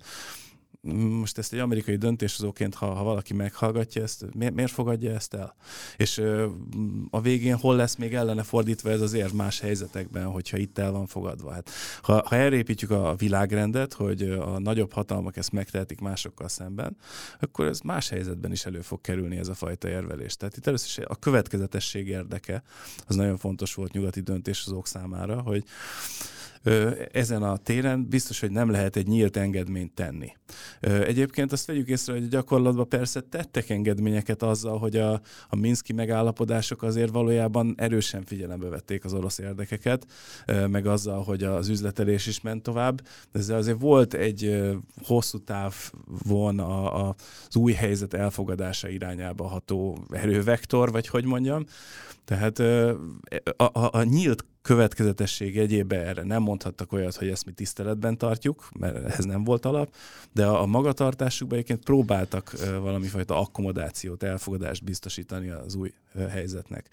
Most ezt egy amerikai döntéshozóként, ha, ha valaki meghallgatja ezt, miért, miért fogadja ezt el? És ö, a végén hol lesz még ellene fordítva ez az érv más helyzetekben, hogyha itt el van fogadva? Hát, ha, ha elrépítjük a világrendet, hogy a nagyobb hatalmak ezt megtehetik másokkal szemben, akkor ez más helyzetben is elő fog kerülni ez a fajta érvelés. Tehát itt először is a következetesség érdeke, az nagyon fontos volt nyugati döntéshozók számára, hogy ezen a téren biztos, hogy nem lehet egy nyílt engedményt tenni. Egyébként azt vegyük észre, hogy gyakorlatban persze tettek engedményeket azzal, hogy a, a minszki megállapodások azért valójában erősen figyelembe vették az orosz érdekeket, meg azzal, hogy az üzletelés is ment tovább. Ezzel azért volt egy hosszú távon a, a, az új helyzet elfogadása irányába ható erővektor, vagy hogy mondjam. Tehát a, a, a nyílt következetesség jegyében erre nem mondhattak olyat, hogy ezt mi tiszteletben tartjuk, mert ez nem volt alap, de a, a magatartásukban egyébként próbáltak valamifajta akkomodációt, elfogadást biztosítani az új helyzetnek.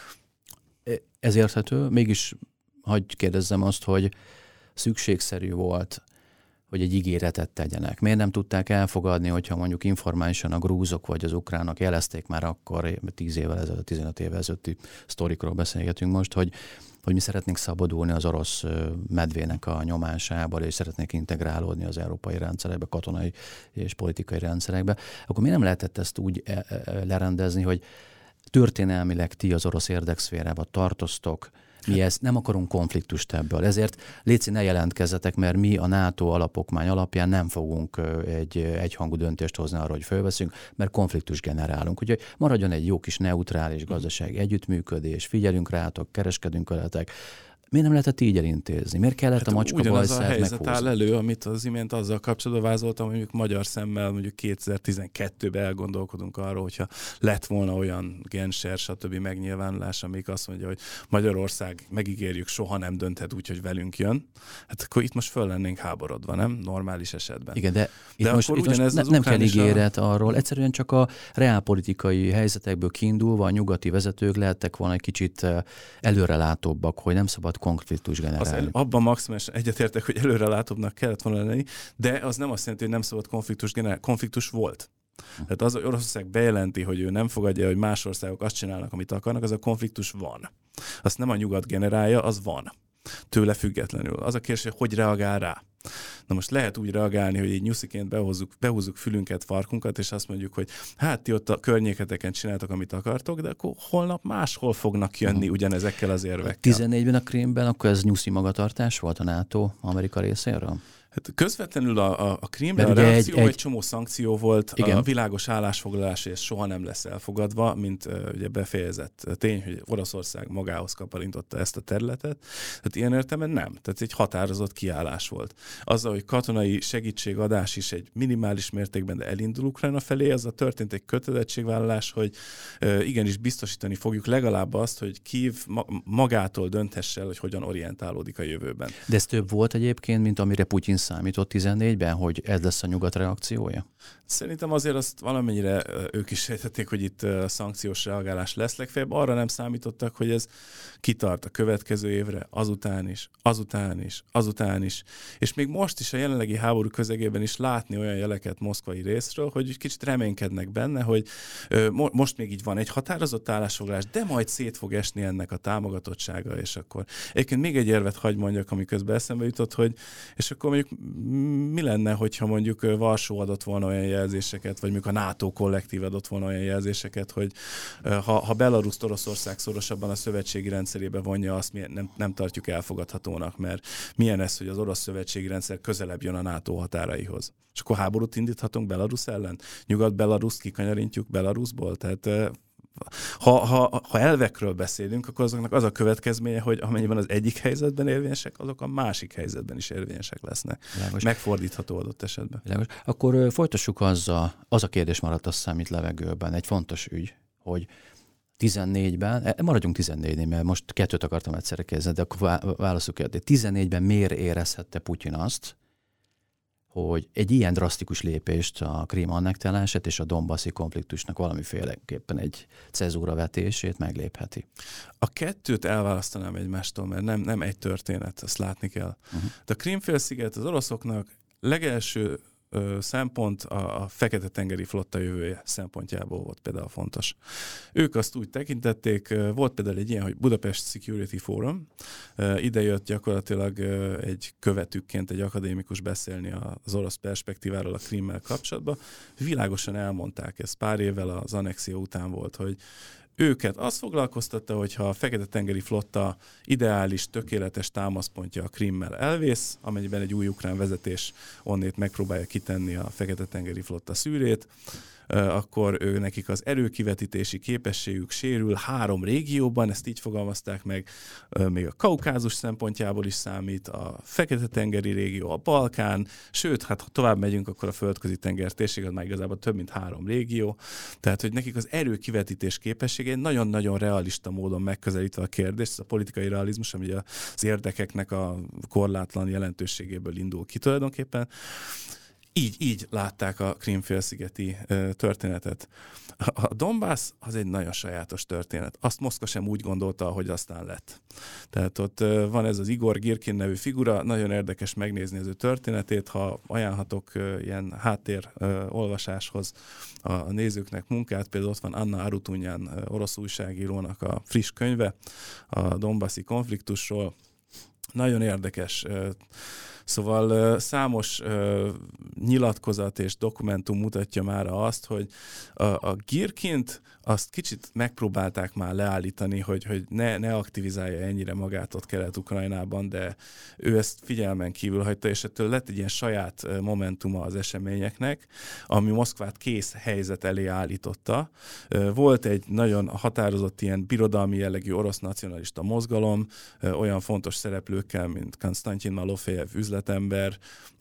Ez érthető, mégis hagyj kérdezzem azt, hogy szükségszerű volt, hogy egy ígéretet tegyenek. Miért nem tudták elfogadni, hogyha mondjuk informálisan a grúzok vagy az ukránok jelezték már akkor, tíz évvel ezelőtt, tizenöt évvel ezelőtti sztorikról beszélgetünk most, hogy, hogy mi szeretnénk szabadulni az orosz medvének a nyomásából, és szeretnék integrálódni az európai rendszerekbe, katonai és politikai rendszerekbe, akkor miért nem lehetett ezt úgy lerendezni, hogy történelmileg ti az orosz érdekszférába tartoztok, mi ezt nem akarunk konfliktust ebből. Ezért léci ne jelentkezzetek, mert mi a NATO alapokmány alapján nem fogunk egy egyhangú döntést hozni arra, hogy fölveszünk, mert konfliktus generálunk. Úgyhogy maradjon egy jó kis neutrális gazdasági együttműködés, figyelünk rátok, kereskedünk veletek. Miért nem lehetett így elintézni? Miért kellett hát a macska bajszert meghúzni? Ugyanaz a helyzet áll elő, amit az imént azzal kapcsolatban vázoltam, hogy mondjuk magyar szemmel mondjuk kétezer-tizenkettőben elgondolkodunk arról, hogyha lett volna olyan Genscher, stb. Megnyilvánulás, amik azt mondja, hogy Magyarország, megígérjük, soha nem dönthet úgy, hogy velünk jön. Hát akkor itt most föl lennénk háborodva, nem? Normális esetben. Igen, de, de itt most, itt most ne, nem kell ígéret a... arról. Egyszerűen csak a reálpolitikai helyzetekből kiindulva a nyugati vezetők lehettek volna egy kicsit előrelátóbbak, hogy nem szabad konfliktus generálni. Az, abban maximálisan egyetértek, hogy előrelátóbbnak kellett volna lenni, de az nem azt jelenti, hogy nem szabad konfliktus generálni. Konfliktus volt. Tehát az, hogy Oroszország bejelenti, hogy ő nem fogadja, hogy más országok azt csinálnak, amit akarnak, az a konfliktus van. Azt nem a nyugat generálja, az van. Tőle függetlenül. Az a kérdés, hogy hogy reagál rá. Na most lehet úgy reagálni, hogy így nyusziként behozzuk, behúzzuk fülünket, farkunkat, és azt mondjuk, hogy hát ti ott a környéketeken csináltok, amit akartok, de akkor holnap máshol fognak jönni ugyanezekkel az érvekkel. tizennégyben a Krímben, akkor ez nyuszi magatartás volt a NATO Amerika részéről? Hát közvetlenül a, a, a Krímre a ugye reakció, egy, egy... egy csomó szankció volt, igen. A világos állásfoglalás, és soha nem lesz elfogadva, mint uh, ugye befejezett tény, hogy Oroszország magához kaparintotta ezt a területet. Tehát ilyen értelemben nem. Tehát egy határozott kiállás volt. Azzal, hogy katonai segítségadás is egy minimális mértékben, de elindul Ukrajna felé, azzal történt egy kötelezettségvállalás, hogy uh, igenis biztosítani fogjuk legalább azt, hogy Kijv ma- magától dönthesse el, hogy hogyan orientálódik a jövőben. De ez több volt egyébként, mint amire Putyin számított tizennégyben, hogy ez lesz a nyugat reakciója? Szerintem azért azt valamennyire ők is sejtették, hogy itt szankciós reagálás lesz, legfeljebb arra nem számítottak, hogy ez kitart a következő évre, azután is, azután is, azután is. És még most is a jelenlegi háború közegében is látni olyan jeleket moszkvai részről, hogy kicsit reménykednek benne, hogy mo- most még így van egy határozott állásfoglalás, de majd szét fog esni ennek a támogatottsága, és akkor egyébként még egy érvet hagy mondjak, ami közben eszembe jutott, hogy és akkor mondjuk mi lenne, hogyha mondjuk Varsó adott volna olyan jelzéseket, vagy mondjuk a NATO kollektív adott volna olyan jelzéseket, hogy ha, ha Belaruszt Oroszország szorosabban a szövetségi rendszerébe vonja, azt mi nem, nem tartjuk elfogadhatónak, mert milyen ez, hogy az orosz szövetségi rendszer közelebb jön a NATO határaihoz. És akkor háborút indíthatunk Belarus ellen? Nyugat-Belaruszt kikanyarintjuk Belarusból? Tehát Ha, ha, ha elvekről beszélünk, akkor azoknak az a következménye, hogy amennyiben az egyik helyzetben érvényesek, azok a másik helyzetben is érvényesek lesznek. Világos. Megfordítható adott esetben. Világos. Akkor folytassuk azzal, az a kérdés maradt azt számít levegőben, egy fontos ügy, hogy tizennégyben, maradjunk tizennégynél, mert most kettőt akartam egyszerre kérdezni, de akkor válaszoljuk el. tizennégyben miért érezhette Putyin azt, hogy egy ilyen drasztikus lépést, a Krím annektálását és a Donbassi konfliktusnak valamiféleképpen egy cezúravetését meglépheti? A kettőt elválasztanám egymástól, mert nem, nem egy történet, azt látni kell. Uh-huh. De a Krím-félsziget az oroszoknak legelső ö, szempont a, a Fekete-tengeri flotta jövője szempontjából volt például fontos. Ők azt úgy tekintették, volt például egy ilyen, hogy Budapest Security Forum, ide jött gyakorlatilag egy követükként egy akadémikus beszélni az orosz perspektíváról a Krímmel kapcsolatban. Világosan elmondták ezt, pár évvel az annexió után volt, hogy őket azt foglalkoztatta, hogyha a Fekete-tengeri flotta ideális, tökéletes támaszpontja a Krímmel elvész, amennyiben egy új ukrán vezetés onnét megpróbálja kitenni a Fekete-tengeri flotta szűrét, akkor ő nekik az erőkivetítési képességük sérül három régióban, ezt így fogalmazták meg, még a Kaukázus szempontjából is számít, a Fekete-tengeri régió, a Balkán, sőt, hát ha tovább megyünk, akkor a Földközi-tenger térség az már igazából több mint három régió, tehát hogy nekik az erőkivetítés képessége nagyon-nagyon realista módon megközelítve a kérdést, ez a politikai realizmus, ami az érdekeknek a korlátlan jelentőségéből indul ki tulajdonképpen. Így, így látták a Krím-félszigeti uh, történetet. A Donbass az egy nagyon sajátos történet. Azt Moszkva sem úgy gondolta, ahogy aztán lett. Tehát ott uh, van ez az Igor Girkin nevű figura, nagyon érdekes megnézni az ő történetét, ha ajánlhatok uh, ilyen háttér uh, olvasáshoz a, a nézőknek munkát, például ott van Anna Arutunyan, uh, orosz újságírónak a friss könyve a donbassi konfliktusról. Nagyon érdekes. Uh, Szóval uh, számos uh, nyilatkozat és dokumentum mutatja már azt, hogy a, a Girkint azt kicsit megpróbálták már leállítani, hogy, hogy ne, ne aktivizálja ennyire magát ott Kelet-Ukrajnában, de ő ezt figyelmen kívül hagyta, és ettől lett egy ilyen saját momentuma az eseményeknek, ami Moszkvát kész helyzet elé állította. Volt egy nagyon határozott ilyen birodalmi jellegű orosz nacionalista mozgalom, olyan fontos szereplőkkel, mint Konstantin Malofejev üzletember,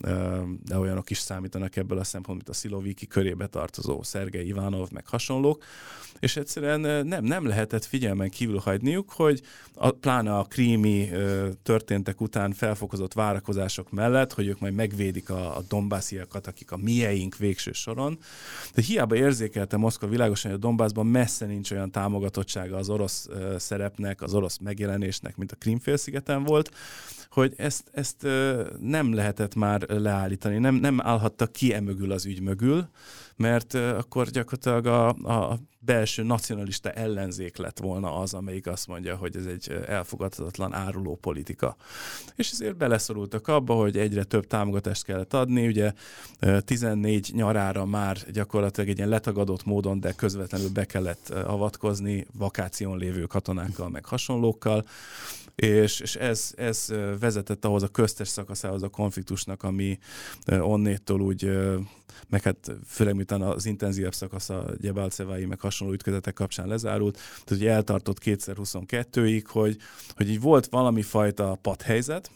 de olyanok is számítanak ebből a szempontból, mint a Sziloviki körébe tartozó Szergej Ivanov, meg hasonlók, és egyszerűen nem, nem lehetett figyelmen kívül hagyniuk, hogy a, pláne a krími ö, történtek után felfokozott várakozások mellett, hogy ők majd megvédik a, a donbassiakat, akik a mieink végső soron. De hiába érzékelte Moszkva világosan, hogy a Donbassban messze nincs olyan támogatottsága az orosz ö, szerepnek, az orosz megjelenésnek, mint a Krím-félszigeten volt, hogy ezt, ezt ö, nem lehetett már leállítani, nem, nem állhattak ki emögül az ügy mögül, mert ö, akkor gyakorlatilag a, a belső nacionalista ellenzék lett volna az, amelyik azt mondja, hogy ez egy elfogadhatatlan áruló politika. És ezért beleszorultak abba, hogy egyre több támogatást kellett adni, ugye tizennégy nyarára már gyakorlatilag egy ilyen letagadott módon, de közvetlenül be kellett avatkozni vakáción lévő katonákkal, meg hasonlókkal. És, és ez, ez vezetett ahhoz a köztes szakaszához a konfliktusnak, ami onnétől úgy, meg hát főleg miután az intenzívebb szakasza Jebel-Szevai, meg hasonló ütközetek kapcsán lezárult, tehát ugye eltartott kétezer-huszonkettőig, hogy, hogy így volt valami fajta patthelyzet,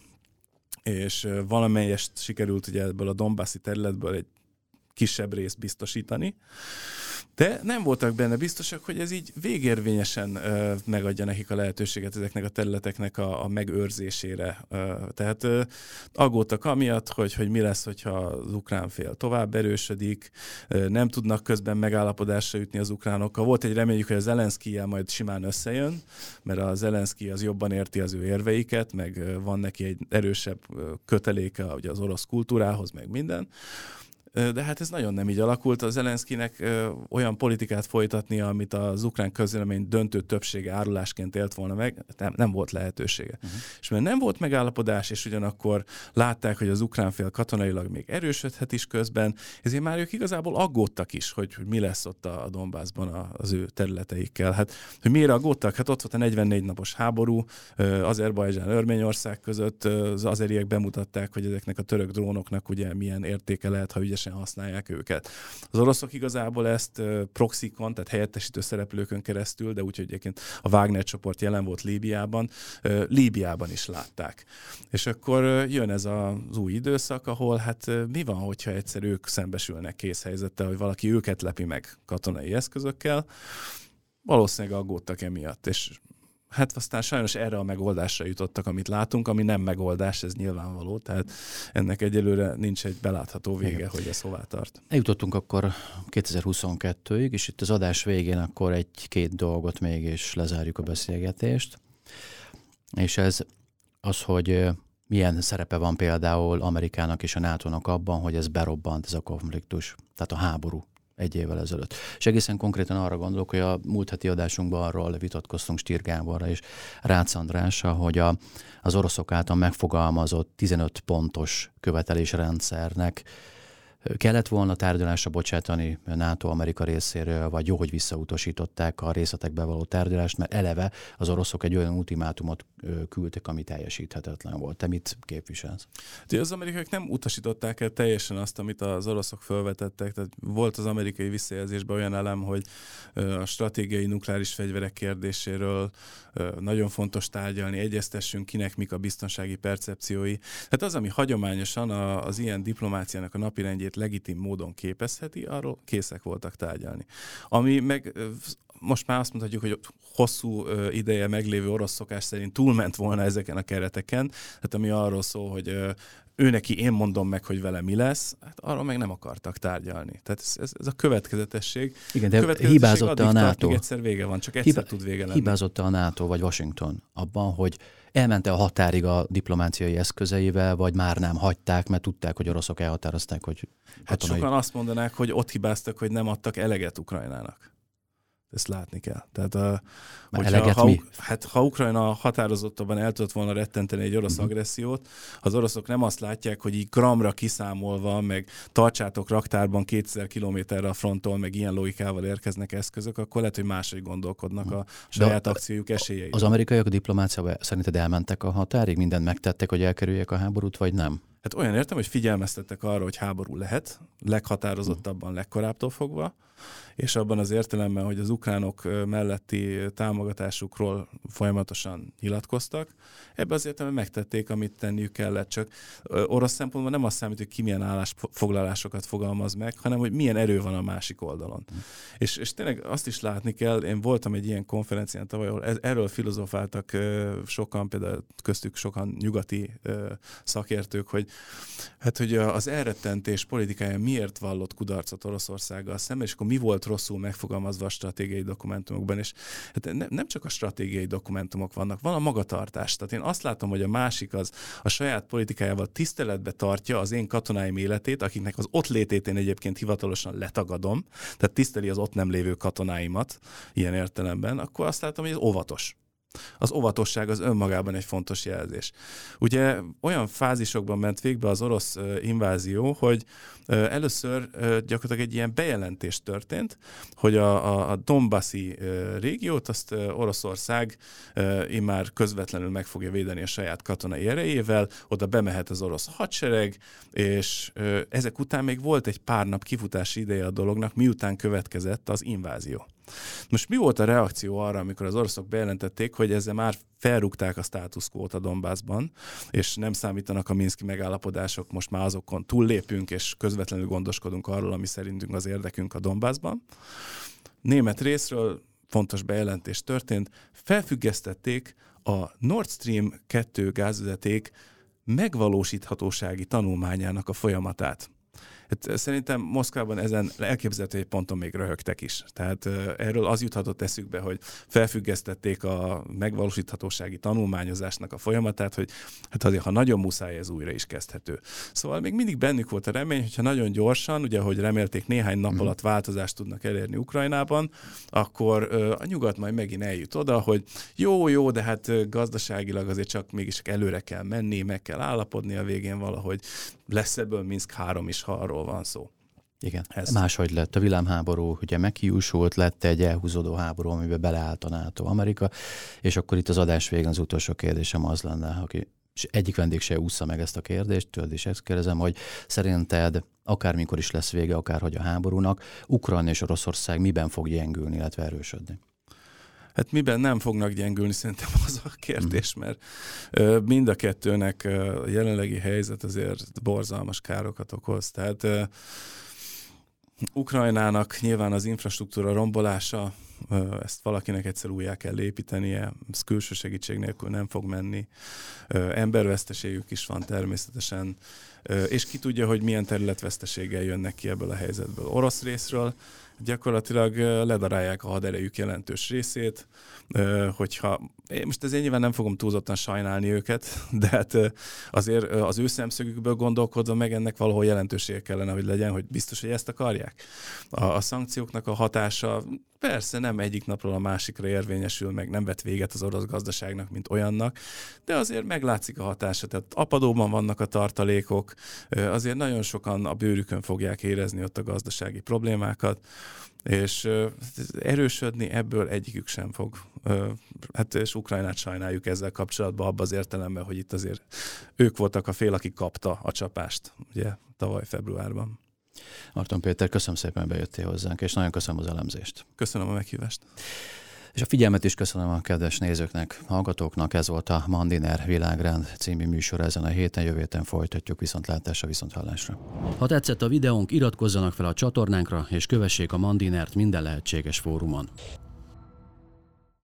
és valamelyest sikerült ugye ebből a Donbassi területből egy kisebb részt biztosítani, de nem voltak benne biztosak, hogy ez így végérvényesen ö, megadja nekik a lehetőséget ezeknek a területeknek a, a megőrzésére. Ö, tehát ö, aggódtak amiatt, hogy, hogy mi lesz, hogyha az ukrán fél tovább erősödik, ö, nem tudnak közben megállapodásra jutni az ukránokkal. Volt egy reményük, hogy a Zelenszkijjel majd simán összejön, mert a Zelenszkij az jobban érti az ő érveiket, meg ö, van neki egy erősebb ö, köteléke ugye az orosz kultúrához, meg minden. De hát ez nagyon nem így alakult. A Zelenszkijnek ö, olyan politikát folytatnia, amit az ukrán közvélemény döntő többsége árulásként élt volna meg, nem, nem volt lehetősége. Uh-huh. És mert nem volt megállapodás, és ugyanakkor látták, hogy az ukrán fél katonailag még erősödhet is közben, ezért már ők igazából aggódtak is, hogy, hogy mi lesz ott a, a Donbassban az ő területeikkel. Hát, hogy miért aggódtak? Hát ott volt a negyvennégy napos háború, Azerbajdzsán, Örményország között, az azeriek bemutatták, hogy ezeknek a török drónoknak ugye milyen értéke lehet, ha ügyesen használják őket. Az oroszok igazából ezt proxikon, tehát helyettesítő szereplőkön keresztül, de úgyhogy egyébként a Wagner csoport jelen volt Líbiában, Líbiában is látták. És akkor jön ez az új időszak, ahol hát mi van, hogyha egyszer ők szembesülnek készhelyzettel, hogy valaki őket lepi meg katonai eszközökkel, valószínűleg aggódtak emiatt, és hát aztán sajnos erre a megoldásra jutottak, amit látunk, ami nem megoldás, ez nyilvánvaló, tehát ennek egyelőre nincs egy belátható vége, igen, hogy ez hová tart. Eljutottunk akkor kétezer-huszonkettőig, és itt az adás végén akkor egy-két dolgot mégis lezárjuk a beszélgetést, és ez az, hogy milyen szerepe van például Amerikának és a nátónak abban, hogy ez berobbant, ez a konfliktus, tehát a háború egy évvel ezelőtt. És egészen konkrétan arra gondolok, hogy a múlt heti adásunkban arról vitatkoztunk Stier Gáborra és Rácz Andrással, hogy a, az oroszok által megfogalmazott tizenöt pontos követelésrendszernek kellett volna tárgyalásra bocsátani NATO-Amerika részéről, vagy jó, hogy visszautasították a részletekbe való tárgyalást, mert eleve az oroszok egy olyan ultimátumot küldtek, ami teljesíthetetlen volt. Te mit képviselsz? Az amerikaiak nem utasították el teljesen azt, amit az oroszok felvetettek. Tehát volt az amerikai visszajelzésben olyan elem, hogy a stratégiai nukleáris fegyverek kérdéséről nagyon fontos tárgyalni, egyeztessünk, kinek mik a biztonsági percepciói. Tehát az, ami hagyományosan az ilyen diplomáciának a napirendjét legitim módon képezheti, arról készek voltak tárgyalni. Ami meg most már azt mondhatjuk, hogy hosszú ideje meglévő orosz szokás szerint túlment volna ezeken a kereteken, tehát ami arról szól, hogy ő neki én mondom meg, hogy vele mi lesz, hát arról meg nem akartak tárgyalni. Tehát ez, ez, ez a következetesség. Igen, de hibázott a NATO. Tart, egyszer vége van, csak egyszer Hiba, tud vége lenni. Hibázott a NATO vagy Washington abban, hogy elmente a határig a diplomáciai eszközeivel, vagy már nem hagyták, mert tudták, hogy oroszok elhatározták, hogy katonai... Hát sokan azt mondanák, hogy ott hibáztak, hogy nem adtak eleget Ukrajnának. Ezt látni kell. Tehát a, hogyha, ha, hát, ha Ukrajna határozottabban el tudott volna rettenteni egy orosz uh-huh. agressziót, az oroszok nem azt látják, hogy így gramra kiszámolva, meg tartsátok raktárban kétezer kilométerre a fronton, meg ilyen logikával érkeznek eszközök, akkor lehet, hogy máshogy gondolkodnak uh-huh. a saját De akciójuk esélyei. Az amerikaiak a diplomáciában szerinted elmentek a határig? Mindent megtettek, hogy elkerüljék a háborút, vagy nem? Hát olyan értem, hogy figyelmeztettek arra, hogy háború lehet, leghatározottabban, legkorábbtól fogva, és abban az értelemben, hogy az ukránok melletti támogatásukról folyamatosan nyilatkoztak. Ebben az értelemben megtették, amit tenniük kellett, csak orosz szempontból nem azt számít, hogy ki milyen állásfoglalásokat fogalmaz meg, hanem hogy milyen erő van a másik oldalon. Mm. És, és tényleg azt is látni kell, én voltam egy ilyen konferencián tavaly, ahol erről filozofáltak sokan, például köztük sokan nyugati szakértők, hogy, hát, hogy az elrettentés politikája miért vallott kudarcot Oroszországgal szemben, és akkor mi volt rosszul megfogalmazva a stratégiai dokumentumokban, és hát ne, nem csak a stratégiai dokumentumok vannak, van a magatartás. Tehát én azt látom, hogy a másik az a saját politikájával tiszteletbe tartja az én katonáim életét, akiknek az ott létét én egyébként hivatalosan letagadom, tehát tiszteli az ott nem lévő katonáimat ilyen értelemben, akkor azt látom, hogy ez óvatos. az óvatosság az önmagában egy fontos jelzés. Ugye olyan fázisokban ment végbe az orosz invázió, hogy először gyakorlatilag egy ilyen bejelentés történt, hogy a, a, a Donbassi régiót azt Oroszország immár közvetlenül meg fogja védeni a saját katonai erejével, oda bemehet az orosz hadsereg, és ezek után még volt egy pár nap kifutási ideje a dolognak, miután következett az invázió. Most mi volt a reakció arra, amikor az oroszok bejelentették, hogy ezzel már felrúgták a status quót a Donbassban, és nem számítanak a minszki megállapodások, most már azokon túllépünk, és közvetlenül gondoskodunk arról, ami szerintünk az érdekünk a Donbassban. Német részről fontos bejelentés történt, felfüggesztették a Nord Stream kettő gázvezeték megvalósíthatósági tanulmányának a folyamatát. Hát szerintem Moszkvában ezen elképzelhető egy ponton még röhögtek is. Tehát erről az juthatott eszükbe, hogy felfüggesztették a megvalósíthatósági tanulmányozásnak a folyamatát, hogy hát azért, ha nagyon muszáj, ez újra is kezdhető. Szóval még mindig bennük volt a remény, hogyha nagyon gyorsan, ugye, ahogy remélték, néhány nap alatt változást tudnak elérni Ukrajnában, akkor a nyugat majd megint eljut oda, hogy jó, jó, de hát gazdaságilag azért csak mégis előre kell menni, meg kell állapodni a végén valahogy. Lesz ebből Minszk három is, ha arról van szó. Igen. Ez. Máshogy lett a világháború, ugye meghiúsult, lett egy elhúzódó háború, amiben beleállt a NATO, Amerika, és akkor itt az adás végén az utolsó kérdésem az lenne, aki egyik vendég se ússza meg ezt a kérdést, tőled is ezt kérdezem, hogy szerinted akármikor is lesz vége, akárhogy a háborúnak, Ukrajna és Oroszország miben fog gyengülni, illetve erősödni? Hát miben nem fognak gyengülni, szerintem az a kérdés, mert ö, mind a kettőnek ö, a jelenlegi helyzet azért borzalmas károkat okoz. Tehát ö, Ukrajnának nyilván az infrastruktúra rombolása, ö, ezt valakinek egyszer újjá kell építenie, ez külső segítség nélkül nem fog menni. Ö, emberveszteségük is van természetesen, ö, és ki tudja, hogy milyen területveszteséggel jönnek ki ebből a helyzetből. Orosz részről gyakorlatilag ledarálják a haderejük jelentős részét, hogyha, most ezért nyilván nem fogom túlzottan sajnálni őket, de hát azért az ő szemszögükből gondolkodva meg ennek valahol jelentősége kellene, hogy legyen, hogy biztos, hogy ezt akarják. A, a szankcióknak a hatása persze nem egyik napról a másikra érvényesül, meg nem vet véget az orosz gazdaságnak, mint olyannak, de azért meglátszik a hatása, tehát apadóban vannak a tartalékok, azért nagyon sokan a bőrükön fogják érezni ott a gazdasági problémákat, és erősödni ebből egyikük sem fog. Hát és Ukrajnát sajnáljuk ezzel kapcsolatban, abban az értelemben, hogy itt azért ők voltak a fél, aki kapta a csapást, ugye, tavaly februárban. Arton Péter, köszönöm szépen, hogy bejöttél hozzánk, és nagyon köszönöm az elemzést. Köszönöm a meghívást. És a figyelmet is köszönöm a kedves nézőknek, hallgatóknak. Ez volt a Mandiner Világrend című műsor ezen a héten, jövő héten folytatjuk, viszontlátásra, viszonthallásra. Ha tetszett a videónk, iratkozzanak fel a csatornánkra, és kövessék a Mandinert minden lehetséges fórumon.